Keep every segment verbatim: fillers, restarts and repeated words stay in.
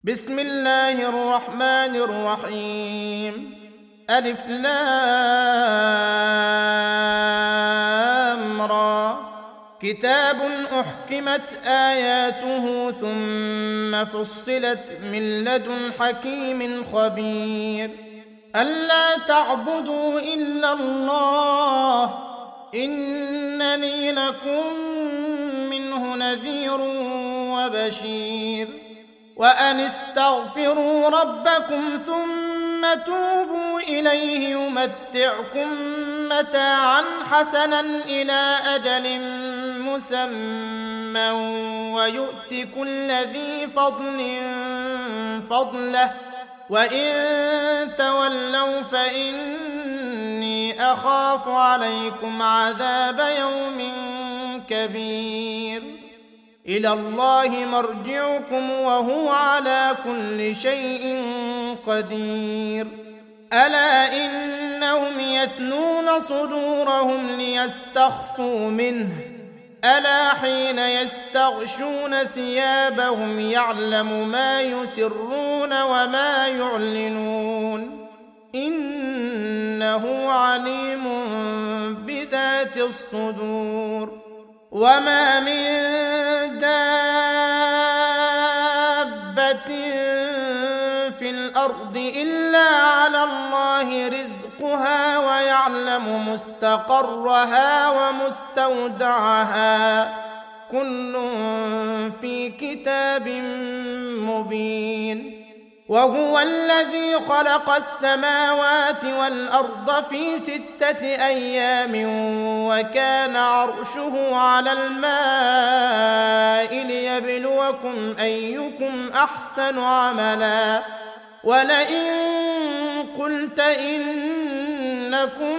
بسم الله الرحمن الرحيم. ألف لام را. كتاب أحكمت آياته ثم فصلت من لدن حكيم خبير. ألا تعبدوا إلا الله إنني لكم منه نذير وبشير. وأن استغفروا ربكم ثم توبوا إليه يمتعكم متاعا حسنا إلى أجل مسمى ويؤت كل ذي فضل فضله وإن تولوا فإني أخاف عليكم عذاب يوم كبير. إلى الله مرجعكم وهو على كل شيء قدير. ألا إنهم يثنون صدورهم ليستخفوا منه ألا حين يستغشون ثيابهم يعلم ما يسرون وما يعلنون إنه عليم بذات الصدور. وما من دابة في الأرض إلا على الله رزقها ويعلم مستقرها ومستودعها كل في كتاب مبين. وهو الذي خلق السماوات والأرض في ستة أيام وكان عرشه على الماء ليبلوكم أيكم أحسن عملا. ولئن قلت إنكم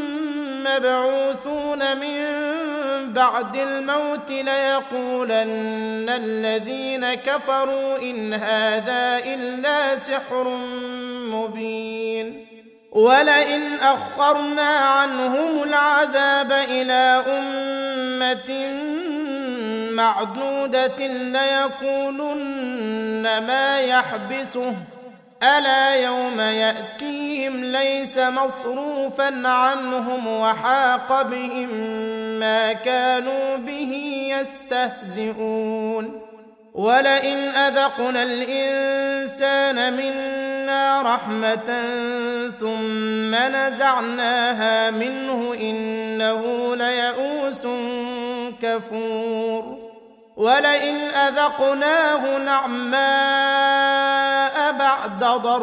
مبعوثون من بعد الموت ليقولن الذين كفروا إن هذا إلا سحر مبين. ولئن أخرنا عنهم العذاب إلى أمة معدودة ليقولن ما يحبسه ألا يوم يأتيهم ليس مصروفا عنهم وحاق بهم ما كانوا به يستهزئون. ولئن أذقنا الإنسان منا رحمة ثم نزعناها منه إنه ليئوس كفور. ولئن أذقناه نعماء بعد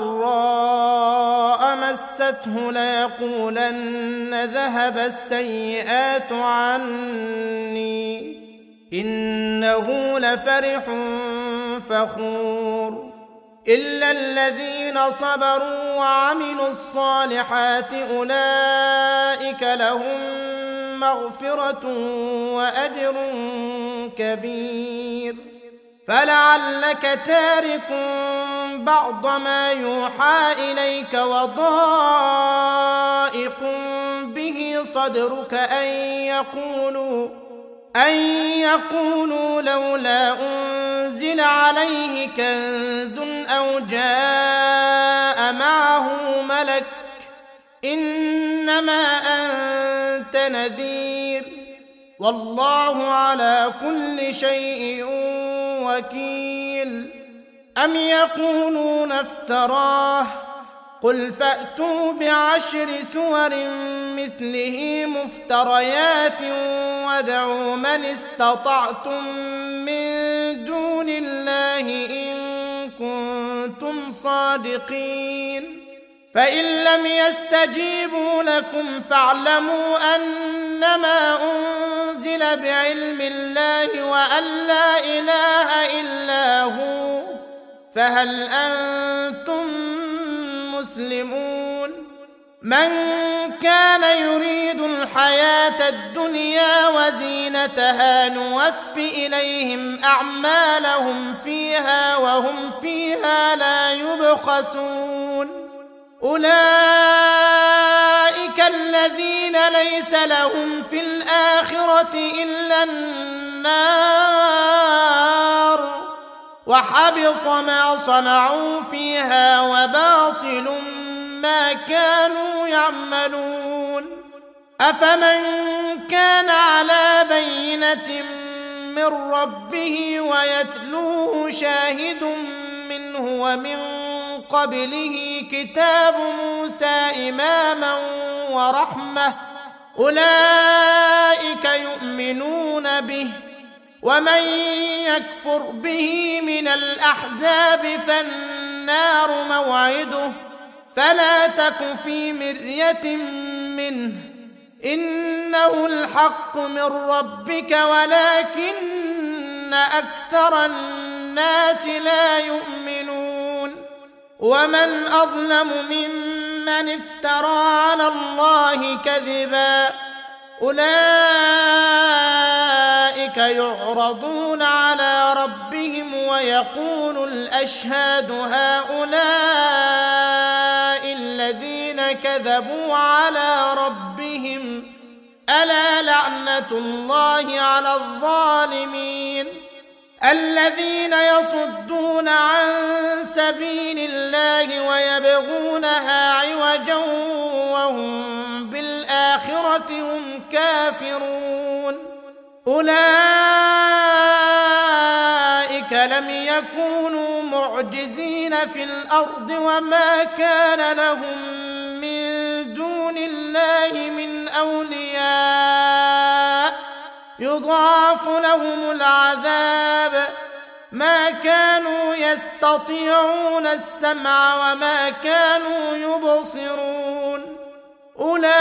ضراء مسته ليقولن ذهب السيئات عني إنه لفرح فخور. إلا الذين صبروا وعملوا الصالحات أولئك لهم مغفرة وأجر كبير. فلعلك تارك بعض ما يوحى إليك وضائق به صدرك أن يقولوا أن يقولوا لولا أنزل عليه كنز أو جاء معه ملك إنما أنت نذير والله على كل شيء وكيل. أم يقولون افتراه قل فأتوا بعشر سور مثله مفتريات وادعوا من استطعتم من دون الله إن كنتم صادقين. فإن لم يستجيبوا لكم فاعلموا أنما أنزل بعلم الله وأن لا إله إلا هو فهل أنتم مسلمون. من كان يريد الحياة الدنيا وزينتها نوف إليهم أعمالهم فيها وهم فيها لا يبخسون. أولئك الذين ليس لهم في الآخرة إلا النار وحبط ما صنعوا فيها وباطل ما كانوا يعملون أفمن كان على بينة من ربه ويتلوه شاهد منه ومن قبله كتاب موسى إماما ورحمة أولئك يؤمنون به ومن يكفر به من الأحزاب فالنار موعده فلا تك في مرية منه إنه الحق من ربك ولكن أكثر الناس لا يؤمنون ومن أظلم ممن افترى على الله كذبا أولئك يعرضون على ربهم ويقول الأشهاد هؤلاء الذين كذبوا على ربهم ألا لعنة الله على الظالمين الذين يصدون عن سبيل الله ويبغونها عوجا وهم بالآخرة هم كافرون أولئك لم يكونوا معجزين في الأرض وما كان لهم من دون الله من أولياء يضاعف لهم العذاب ما كانوا يستطيعون السمع وما كانوا يبصرون أولئك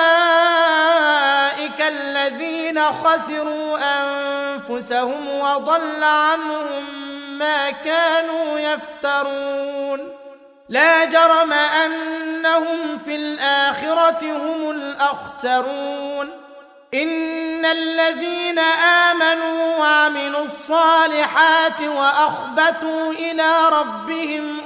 الذين خسروا أنفسهم وضل عنهم ما كانوا يفترون لا جرم أنهم في الآخرة هم الأخسرون إن الذين آمنوا وعملوا الصالحات وأخبتوا إلى ربهم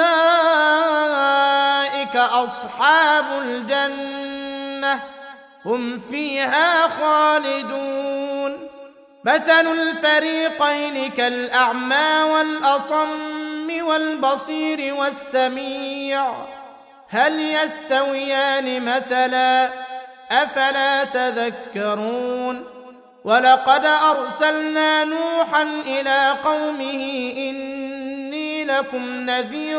أولئك أصحاب الجنة هم فيها خالدون مثل الفريقين كالأعمى والأصم والبصير والسميع هل يستويان مثلا أفلا تذكرون ولقد أرسلنا نوحا إلى قومه إني لكم نذير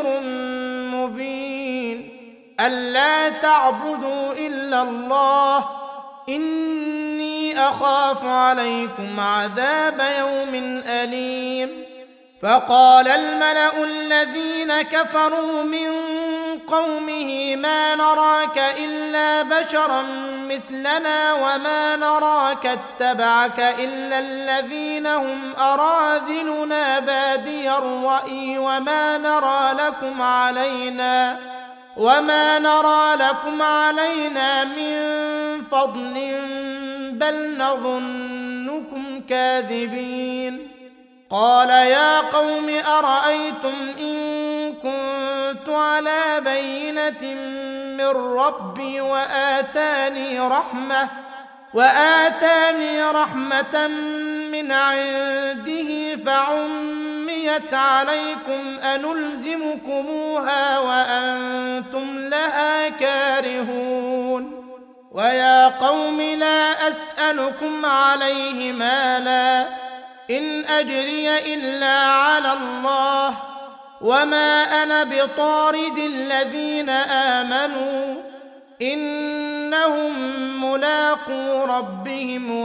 مبين ألا تعبدوا إلا الله إني أخاف عليكم عذاب يوم أليم فقال الملأ الذين كفروا من قومه ما نراك إلا بشرا مثلنا وما نراك اتبعك إلا الذين هم أراذلنا بادي الرأي وما نرى لكم علينا وما نرى لكم علينا من فضل بل نظنكم كاذبين قال يا قوم أرأيتم إن كنت على بينة من ربي وآتاني رحمة وآتاني رحمة من عنده فعميت عليكم أنلزمكموها وأنتم لها كارهون ويا قوم لا أسألكم عليه مالا إن أجري إلا على الله وما أنا بطارد الذين آمنوا إنهم ملاقو ربهم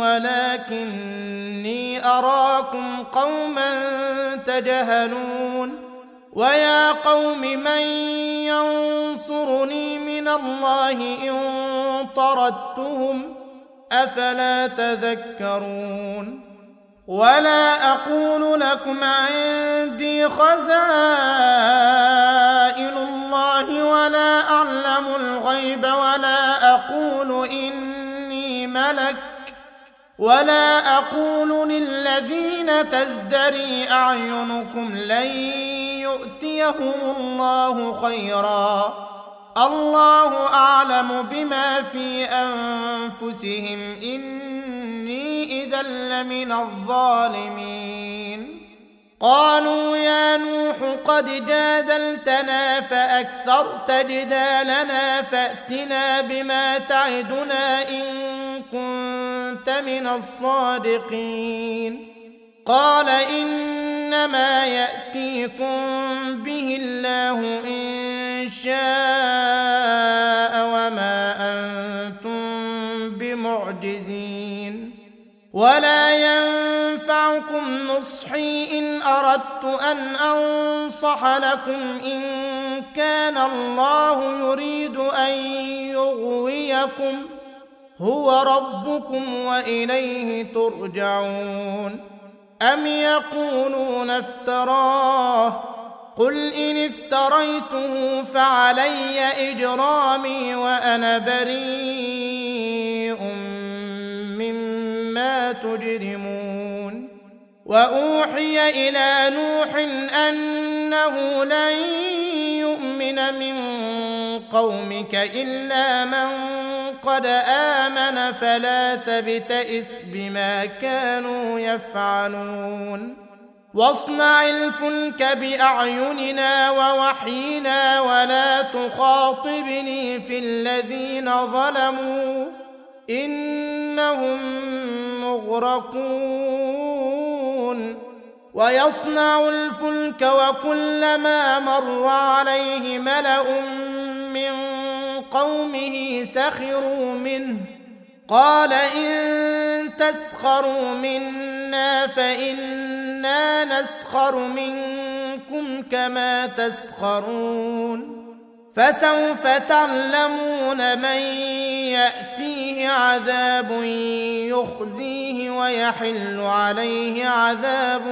ولكني أراكم قوما تجهلون ويا قوم من ينصرني من الله إن طردتهم أفلا تذكرون ولا أقول لكم عندي خزائن الله ولا أعلم الغيب ولا أقول إني ملك ولا أقول للذين تزدري أعينكم لن يؤتيهم الله خيرا الله أعلم بما في أنفسهم إني إذا لمن الظالمين قالوا يا نوح قد جادلتنا فأكثرت جدالنا فأتنا بما تعدنا إن كنت من الصادقين قال إنما يأتيكم به الله إن شاء وما أنتم بمعجزين ولا ينفعكم نصحي إن أردت أن أنصح لكم إن كان الله يريد أن يغويكم هو ربكم وإليه ترجعون أم يقولون افتراه قل إن افتريته فعلي إجرامي وأنا بريء مما تجرمون وأوحي إلى نوح أنه لن يؤمن من قومك إلا من قد آمن فلا تبتئس بما كانوا يفعلون واصنع الفلك بأعيننا ووحينا ولا تخاطبني في الذين ظلموا إنهم مغرقون ويصنع الفلك وكلما مر عليه ملأ من قومه سخروا منه قال إن تسخروا منا فإنا نسخر منكم كما تسخرون فسوف تعلمون من يأتيه عذاب يخزيه ويحل عليه عذاب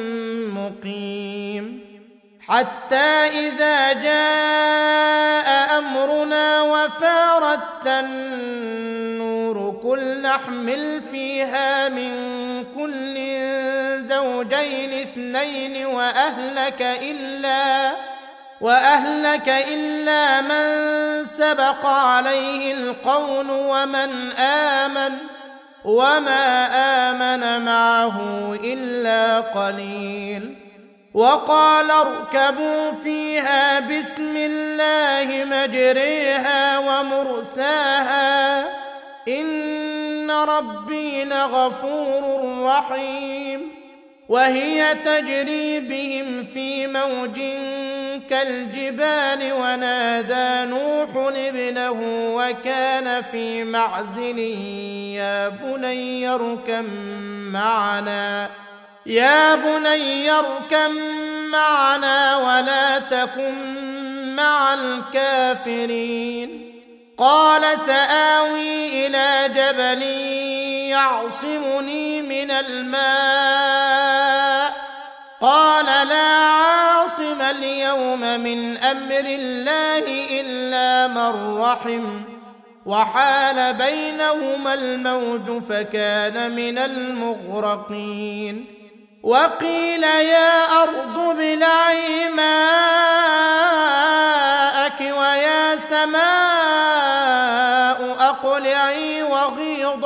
مقيم حتى إذا جاء أمرنا وفارت النور قل نحمل فيها من كل زوجين اثنين وأهلك إلا وأهلك إلا من سبق عليه القول ومن آمن وما آمن معه إلا قليل وقال اركبوا فيها بسم الله مجريها ومرساها إن ربي لغفور رحيم وهي تجري بهم في موج كالجبال ونادى نوح ابنه وكان في معزل يا بني اركب معنا يا بني اركب معنا ولا تكن مع الكافرين قال سآوي إلى جبل يعصمني من الماء قال لا عاصم اليوم من أمر الله إلا من رحم وحال بينهما الموج فكان من المغرقين وقيل يا أرض ابلعي ماءك ويا سماء أقلعي وغيض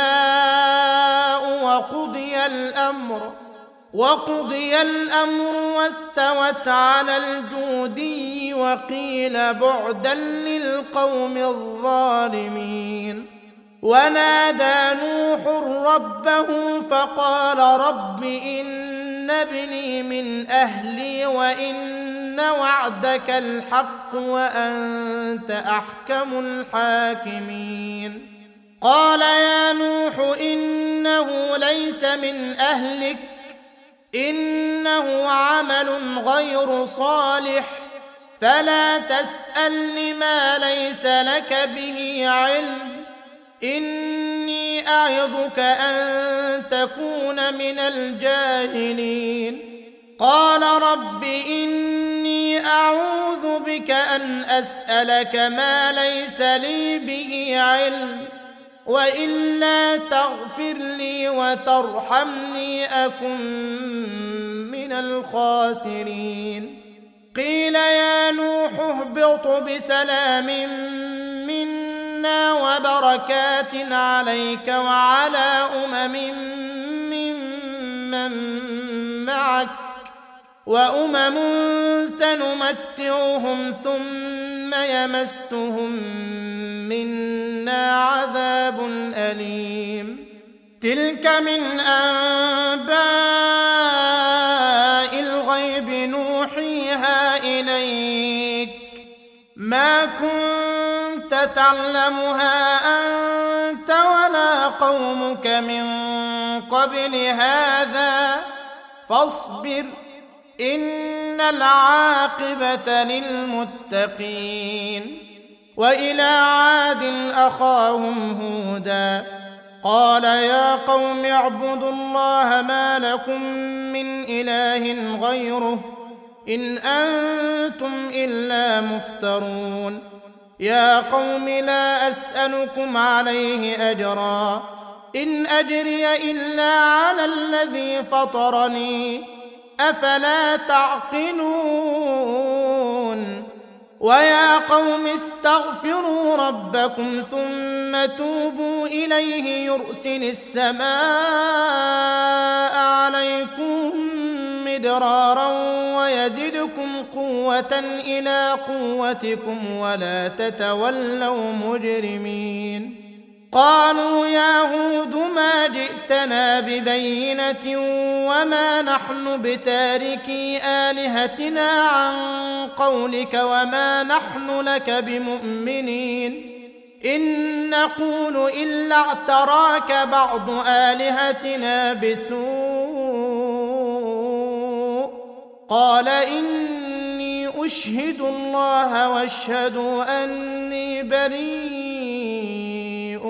الماء وقضي الأمر وقضي الأمر واستوت على الجودي وقيل بعدا للقوم الظالمين ونادى نوح ربه فقال رب إن ابني من أهلي وإن وعدك الحق وأنت أحكم الحاكمين قال يا نوح إنه ليس من أهلك إنه عمل غير صالح فلا تسألني ما ليس لك به علم إني أعظك أن تكون من الجاهلين قال رب إني أعوذ بك أن أسألك ما ليس لي به علم وإلا تغفر لي وترحمني أكن من الخاسرين قيل يا نوح اهبط بسلام منا وبركات عليك وعلى أمم ممن معك وأمم سنمتعهم ثم يمسهم منا عذاب أليم. تلك من أنباء الغيب نوحيها إليك ما كنت تعلمها أنت ولا قومك من قبل هذا فاصبر إن العاقبة للمتقين. وإلى عاد أخاهم هودا قال يا قوم اعبدوا الله ما لكم من إله غيره إن أنتم إلا مفترون. يا قوم لا أسألكم عليه أجرا إن أجري إلا على الذي فطرني أفلا تعقلون. ويا قوم استغفروا ربكم ثم توبوا إليه يرسل السماء عليكم مدرارا ويزدكم قوة إلى قوتكم ولا تتولوا مجرمين. قالوا يا هود ما جئتنا ببينة وما نحن بتاركي آلهتنا عن قولك وما نحن لك بمؤمنين إن نقول إلا اعتراك بعض آلهتنا بسوء. قال إني أشهد الله واشهدوا أني بريء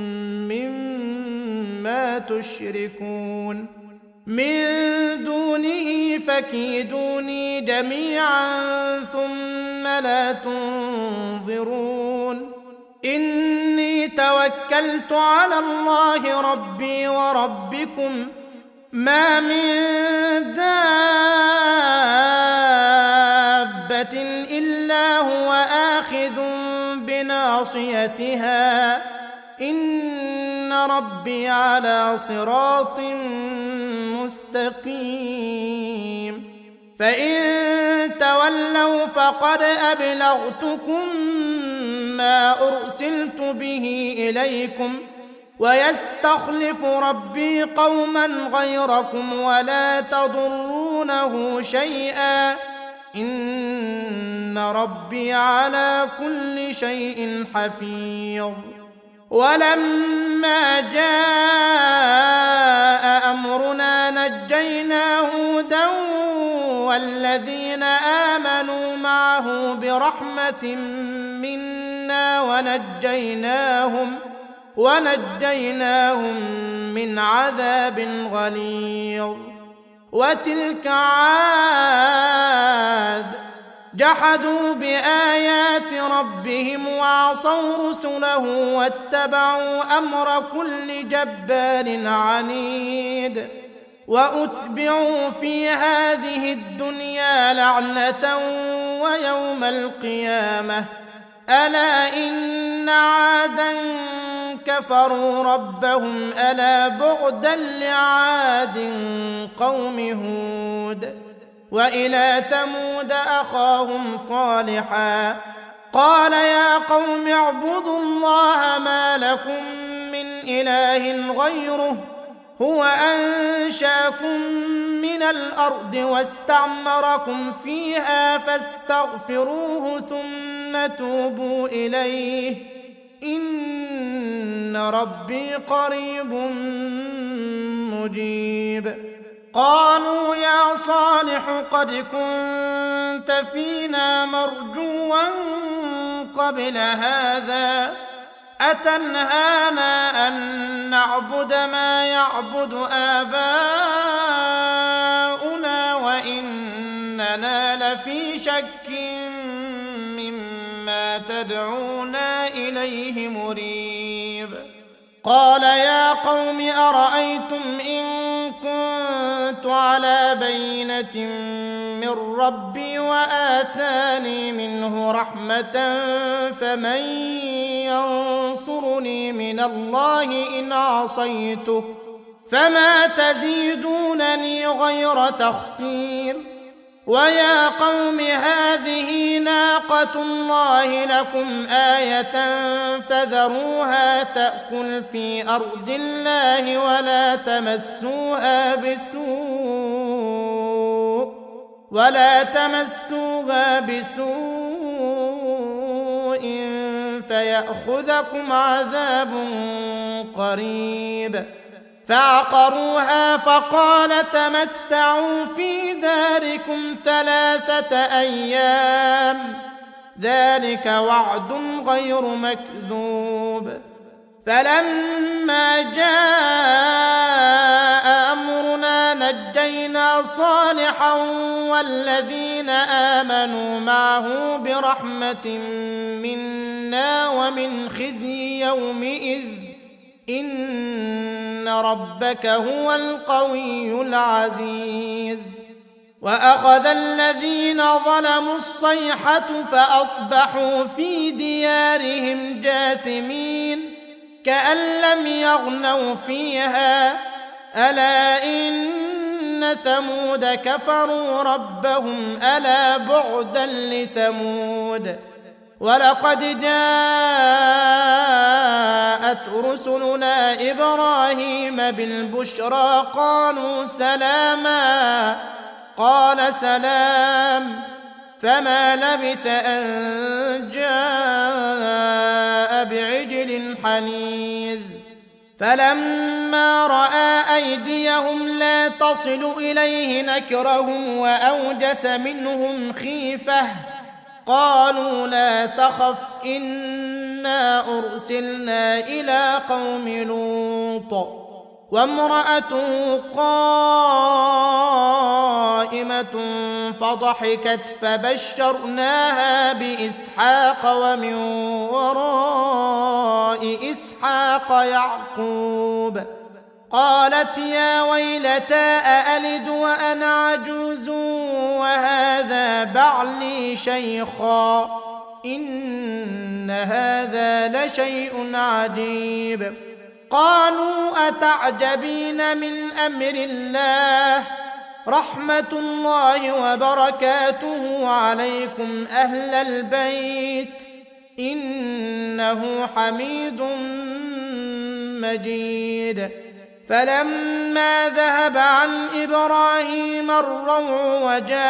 مما تشركون من دونه فكيدوني جميعا ثم لا تنظرون. إني توكلت على الله ربي وربكم ما من دابة إلا هو آخذ بناصيتها إن ربي على صراط مستقيم. فإن تولوا فقد أبلغتكم ما أرسلت به إليكم ويستخلف ربي قوما غيركم ولا تضرونه شيئا إن ربي على كل شيء حفيظ. ولما جاء أمرنا نجينا هودا والذين آمنوا معه برحمة منا ونجيناهم ونجيناهم من عذاب غليظ. وتلك عاد جحدوا بآيات ربهم وعصوا رسله واتبعوا أمر كل جبار عنيد. وأتبعوا في هذه الدنيا لعنة ويوم القيامة ألا إن عادا كفروا ربهم ألا بعدا لعاد قوم هود. وإلى ثمود أخاهم صالحا قال يا قوم اعبدوا الله ما لكم من إله غيره هو أنشاكم من الأرض واستعمركم فيها فاستغفروه ثم توبوا إليه إن ربي قريب مجيب. قالوا يا صالح قد كنت فينا مرجوا قبل هذا أتنهانا أن نعبد ما يعبد آباؤنا وإننا لفي شك مما تدعونا إليه مريب. قال يا قوم أرأيتم إن كنت على بينة من ربي وآتاني منه رحمة فمن ينصرني من الله إن عصيته فما تزيدونني غير تخسير. ويا قوم هذه ناقة الله لكم آية فذروها تأكل في أرض الله ولا تمسوها بسوء ولا تمسوها بسوء فيأخذكم عذاب قريب. فعقروها فقال تمتعوا في داركم ثلاثة أيام ذلك وعد غير مكذوب. فلما جاء أمرنا نجينا صالحا والذين آمنوا معه برحمة منا ومن خزي يومئذ إن ربك هو القوي العزيز. وأخذ الذين ظلموا الصيحة فأصبحوا في ديارهم جاثمين كأن لم يغنوا فيها ألا إن ثمود كفروا ربهم ألا بعدا لثمود. ولقد جاءت رسلنا إبراهيم بالبشرى قالوا سلاما قال سلام فما لبث أن جاء بعجل حنيذ. فلما رأى أيديهم لا تصل إليه نكرهم وأوجس منهم خيفة قالوا لا تخف إنا أرسلنا إلى قوم لوط وامرأته قائمة فضحكت فبشرناها بإسحاق ومن وراء إسحاق يعقوب. قالت يا ويلتى أألد وأنا عجوز وهذا بعلي شيخا إن هذا لشيء عجيب. قالوا أتعجبين من أمر الله رحمة الله وبركاته عليكم أهل البيت إنه حميد مجيد. فلما ذهب عن إبراهيم الروع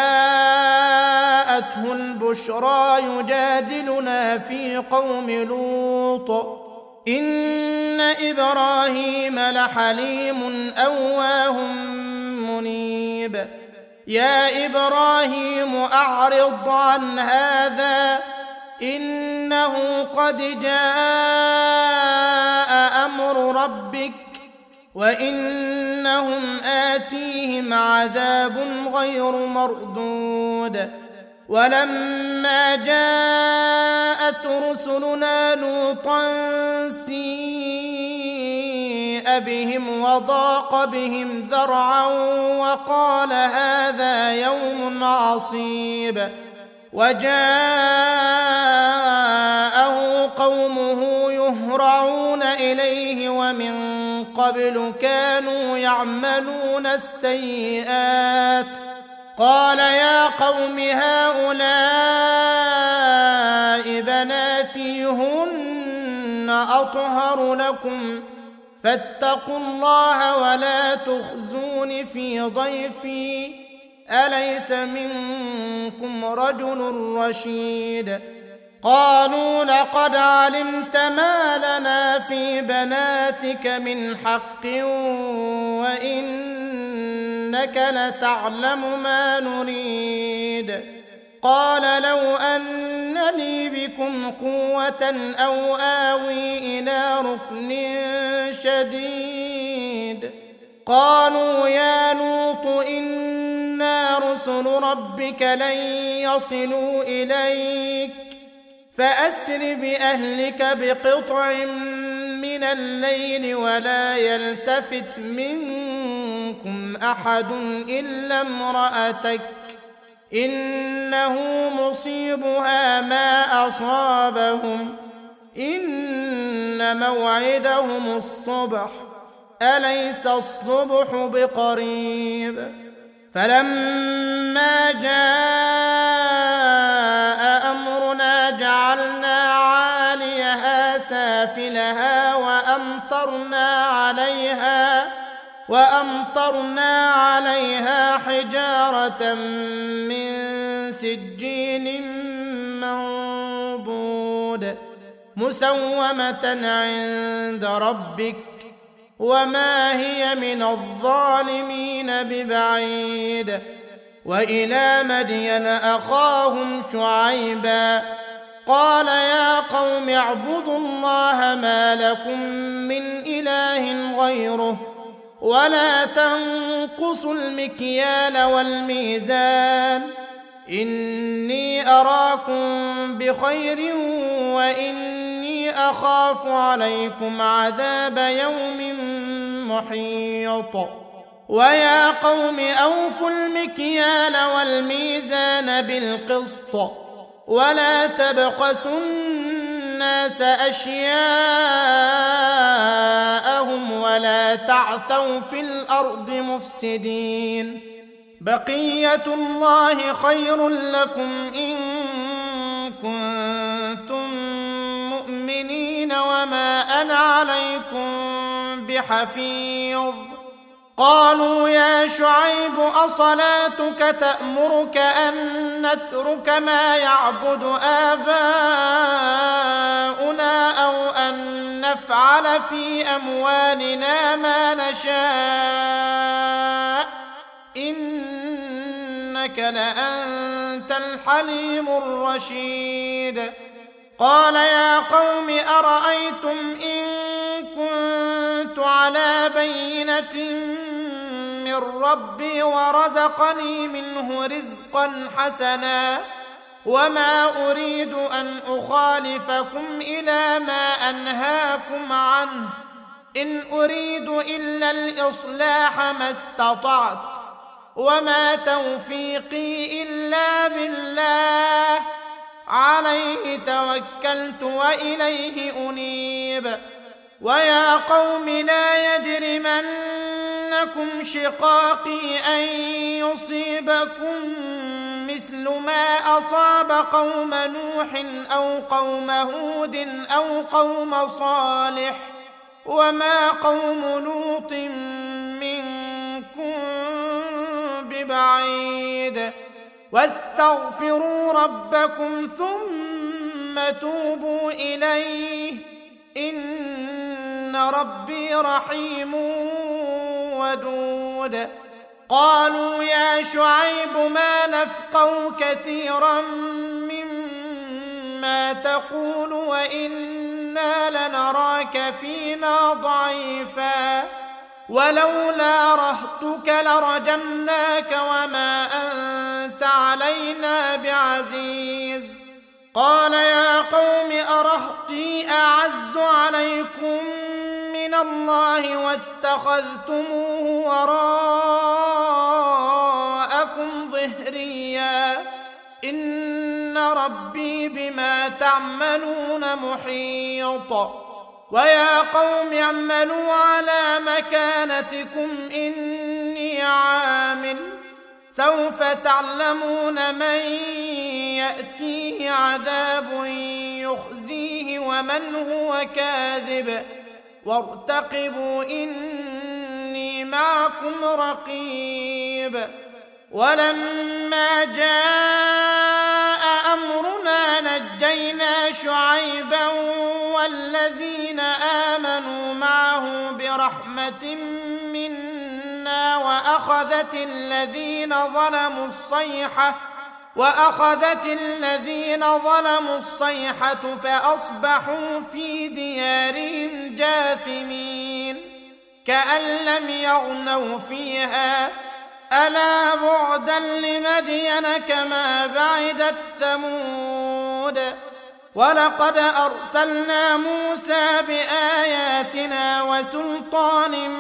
وجاءته البشرى يجادلنا في قوم لوط إن إبراهيم لحليم أواه منيب. يا إبراهيم أعرض عن هذا إنه قد جاء أمر ربك وإنهم آتيهم عذاب غير مردود. ولما جاءت رسلنا لوطا سيء بهم وضاق بهم ذرعا وقال هذا يوم عصيب. وجاءه قومه يهرعون إليه ومن قبل كانوا يعملون السيئات قال يا قوم هؤلاء بناتي هن أطهر لكم فاتقوا الله ولا تخزون في ضيفي أليس منكم رجل رشيد. قالوا لقد علمت ما لنا في بناتك من حق وإنك لتعلم ما نريد. قال لو أن لي بكم قوة أو آوي إلى ركن شديد. قالوا يا لوط إنا رسل ربك لن يصلوا إليك فأسر بأهلك بقطع من الليل ولا يلتفت منكم أحد إلا امرأتك إنه مصيبها ما أصابهم إن موعدهم الصبح أليس الصبح بقريب. فلما ولما جاء أمرنا جعلنا عاليها سافلها وأمطرنا عليها وأمطرنا عليها حجارة من سجيل منضود مسومة عند ربك وما هي من الظالمين ببعيد. وإلى مدين أخاهم شعيبا قال يا قوم اعبدوا الله ما لكم من إله غيره ولا تنقصوا المكيال والميزان إني أراكم بخير وإني أخاف عليكم عذاب يوم محيط. ويا قوم أوفوا المكيال والميزان بالقسط ولا تبخسوا الناس أشياءهم ولا تعثوا في الأرض مفسدين. بقية الله خير لكم إن كنتم مؤمنين وما أنا عليكم بحفيظ. قالوا يا شعيب أصلاتك تأمرك أن نترك ما يعبد آباؤنا أو أن نفعل في أموالنا ما نشاء إنك لأنت الحليم الرشيد. قال يا قوم أرأيتم إن كنت على بينة من ربي ورزقني منه رزقا حسنا وما أريد أن أخالفكم إلى ما أنهاكم عنه إن أريد إلا الإصلاح ما استطعت وما توفيقي إلا بالله عليه توكلت وإليه أنيب. ويا قوم لا يجرمنكم شقاقي أن يصيبكم مثل ما أصاب قوم نوح أو قوم هود أو قوم صالح وما قوم لوط منكم ببعيد. واستغفروا ربكم ثم توبوا إليه إن ربي رحيم ودود. قالوا يا شعيب ما نفقه كثيرا مما تقول وإنا لنراك فينا ضعيفا ولولا رهطك لرجمناك وما أنت علينا بعزيز. قال يا قوم أرهطي أعز عليكم من الله واتخذتموه وراءكم ظهريا إن ربي بما تعملون محيط. ويا قوم اعملوا على مكانتكم إني عامل سوف تعلمون من يأتيه عذاب يخزيه ومن هو كاذب وارتقبوا إني معكم رقيب. ولما جاء أمرنا نجينا شعيبا والذين آمنوا معه برحمة منا وأخذت الذين ظلموا الصيحة وأخذت الذين ظلموا الصيحة فأصبحوا في ديارهم جاثمين كأن لم يغنوا فيها ألا بعدا لمدين كما بعدت ثمود. ولقد أرسلنا موسى بآياتنا وسلطان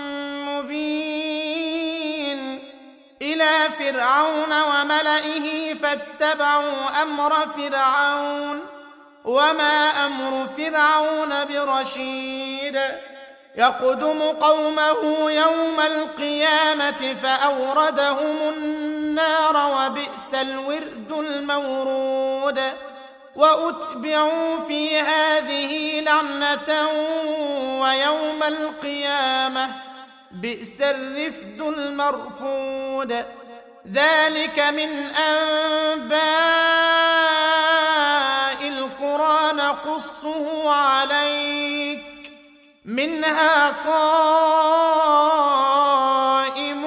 مبين إلى فرعون وملئه فاتبعوا أمر فرعون وما أمر فرعون برشيد. يقدم قومه يوم القيامة فأوردهم النار النار وبئس الورد المورود وأتبعوا في هذه لعنة ويوم القيامة بئس الرفد المرفود ذلك من أنباء القرى نقصه عليك منها قائم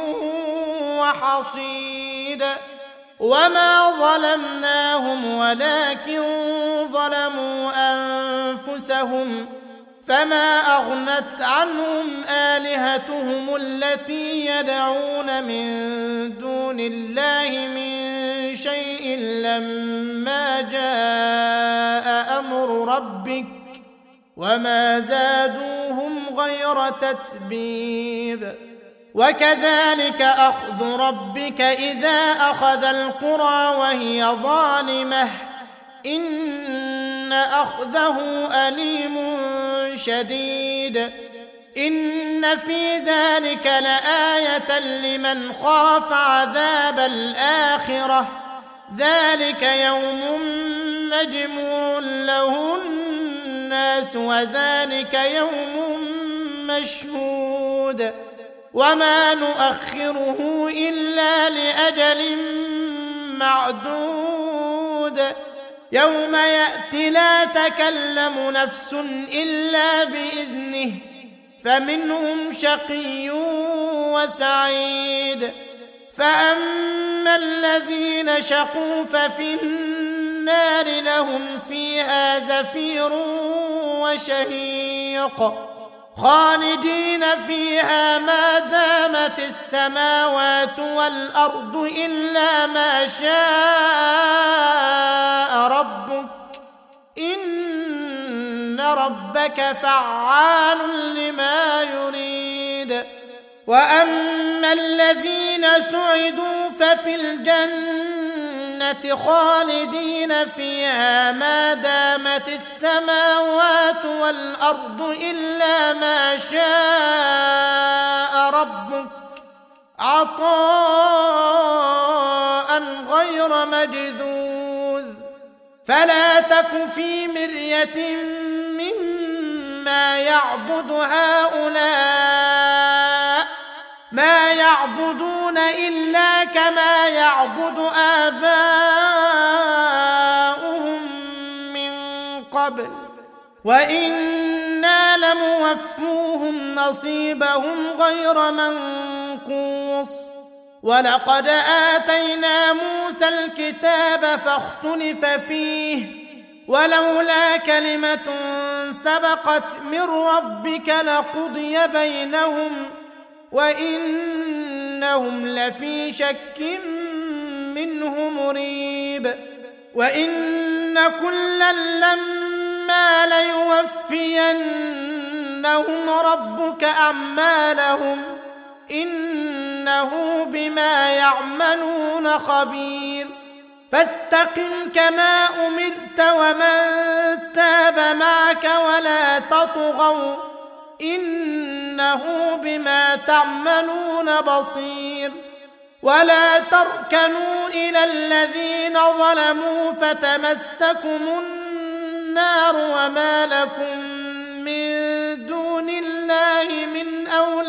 وحصيد وما ظلمناهم ولكن ظلموا أنفسهم فما أغنت عنهم آلهتهم التي يدعون من دون الله من شيء لما جاء أمر ربك وما زادوهم غير تتبيب وكذلك أخذ ربك إذا أخذ القرى وهي ظالمة إن أخذه أليم شديد إن في ذلك لآية لمن خاف عذاب الآخرة ذلك يوم مجموع له الناس وذلك يوم مشهود وما نؤخره إلا لأجل معدود يوم يأتي لا تكلم نفس إلا بإذنه فمنهم شقي وسعيد فأما الذين شقوا ففي النار لهم فيها زفير وشهيق خالدين فيها ما دامت السماوات والأرض إلا ما شاء ربك إن ربك فعال لما يريد وأما الذين سعدوا ففي الجنة خالدين فيها ما دامت السماوات والأرض إلا ما شاء ربك عطاء غير مجذوذ فلا تك في مرية مما يعبد هؤلاء ما يعبدون إلا كما يعبد آباؤهم من قبل وإنا لموفوهم نصيبهم غير منقوص ولقد آتينا موسى الكتاب فاختلف فيه ولولا كلمة سبقت من ربك لقضي بينهم وإنهم لفي شك منه مريب وإن كلا لما ليوفينهم ربك أعمالهم إنه بما يعملون خبير فاستقم كما أمرت ومن تاب معك ولا تطغوا إنه بما تعملون بصير ولا تركنوا إلى الذين ظلموا فتمسكم النار وما لكم من دون الله من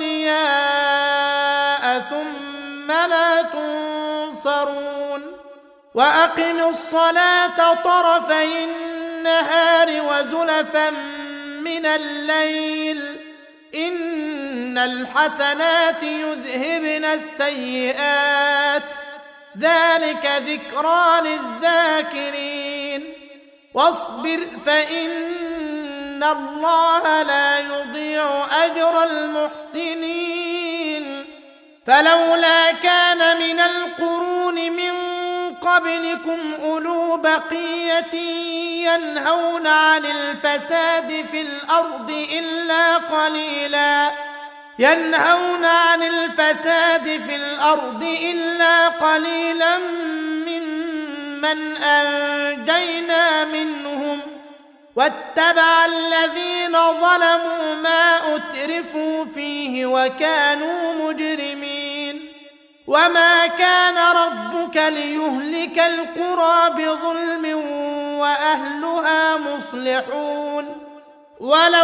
أولياء ثم لا تنصرون وأقموا الصلاة طرفي النهار وزلفا من الليل إن الحسنات يذهبن السيئات ذلك ذكرى للذاكرين واصبر فإن الله لا يضيع أجر المحسنين فلولا كان من القرون من قبلكم أولو بقية ينهون عن الفساد في الأرض إلا قليلا ينهون عن الفساد في الأرض إلا قليلا ممن أنجينا منهم واتبع الذين ظلموا ما أترفوا فيه وكانوا مجرمين وما كان ربك ليهلك القرى بظلم وأهلها مصلحون ولو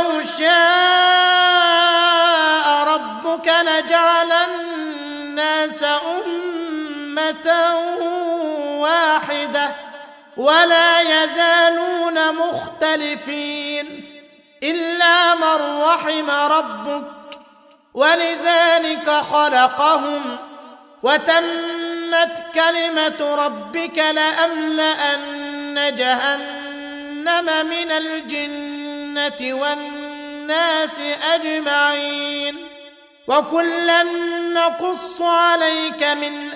شاء ربك لجعل الناس أمة واحدة ولا يزالون مختلفين إلا من رحم ربك ولذلك خلقهم وتمت كلمة ربك لأملأن جهنم من الجنة والناس أجمعين وكلا نقص عليك من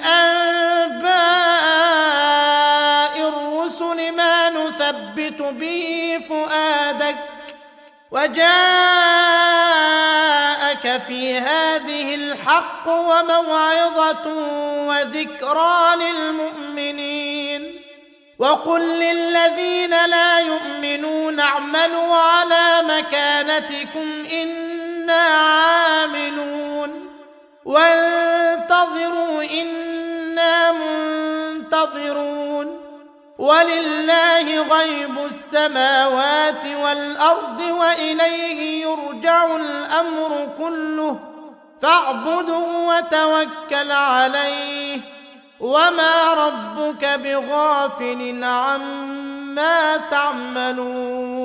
أنباء الرسل ما نثبت به فؤادك وجاءك في هذه الحق وموعظة وذكرى للمؤمنين وقل للذين لا يؤمنون اعملوا على مكانتكم إنا عاملون وانتظروا إنا منتظرون ولله غيب السماوات والأرض وإليه يرجع الأمر كله فاعبده وتوكل عليه وما ربك بغافل عما تعملون